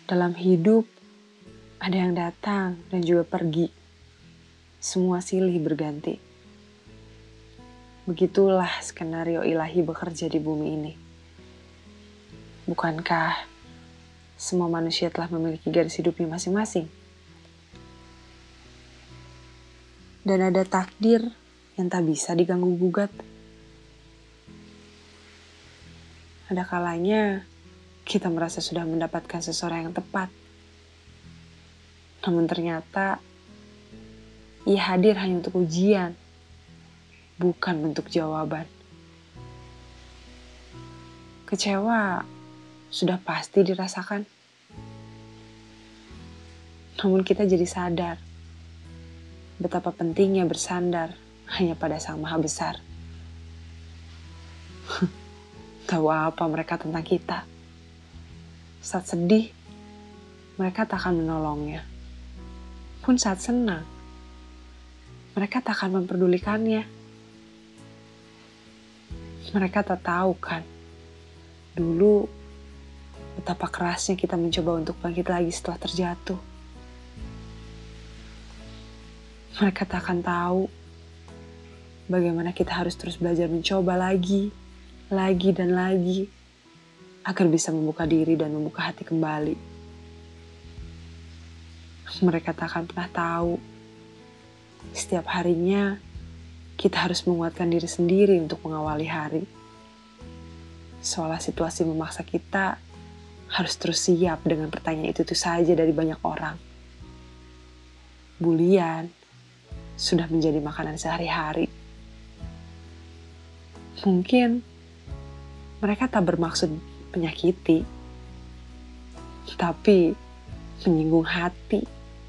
Dalam hidup, ada yang datang dan juga pergi. Semua silih berganti. Begitulah skenario ilahi bekerja di bumi ini. Bukankah semua manusia telah memiliki garis hidupnya masing-masing? Dan ada takdir yang tak bisa diganggu-gugat. Ada kalanya kita merasa sudah mendapatkan seseorang yang tepat. Namun ternyata ia hadir hanya untuk ujian, bukan untuk jawaban. Kecewa sudah pasti dirasakan. Namun kita jadi sadar betapa pentingnya bersandar hanya pada Sang Maha Besar. Tahu apa mereka tentang kita? Saat sedih, mereka tak akan menolongnya. Pun saat senang, mereka tak akan memperdulikannya. Mereka tak tahu kan, dulu betapa kerasnya kita mencoba untuk bangkit lagi setelah terjatuh. Mereka tak akan tahu bagaimana kita harus terus belajar mencoba lagi dan lagi, agar bisa membuka diri dan membuka hati kembali. Mereka tak akan pernah tahu, setiap harinya kita harus menguatkan diri sendiri untuk mengawali hari. Seolah situasi memaksa kita harus terus siap dengan pertanyaan itu saja dari banyak orang. Bulian sudah menjadi makanan sehari-hari. Mungkin mereka tak bermaksud menyakiti, tapi menyinggung hati.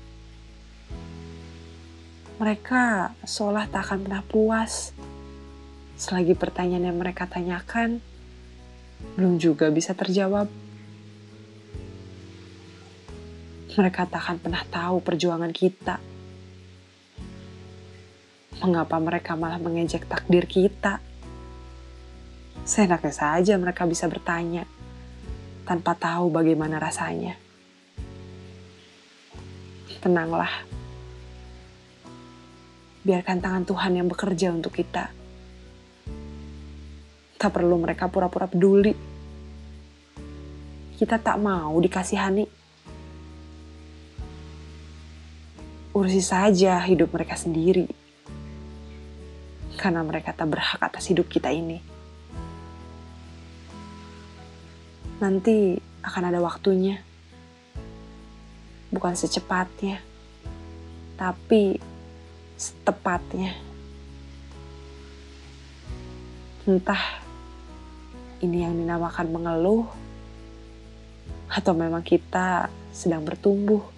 Mereka seolah tak akan pernah puas selagi pertanyaan yang mereka tanyakan belum juga bisa terjawab. Mereka tak akan pernah tahu perjuangan kita. Mengapa mereka malah mengejek takdir kita? Seenaknya saja mereka bisa bertanya, tanpa tahu bagaimana rasanya. Tenanglah. Biarkan tangan Tuhan yang bekerja untuk kita. Tak perlu mereka pura-pura peduli. Kita tak mau dikasihani. Urusi saja hidup mereka sendiri. Karena mereka tak berhak atas hidup kita ini. Nanti akan ada waktunya. Bukan secepatnya, tapi setepatnya. Entah ini yang dinamakan mengeluh, atau memang kita sedang bertumbuh.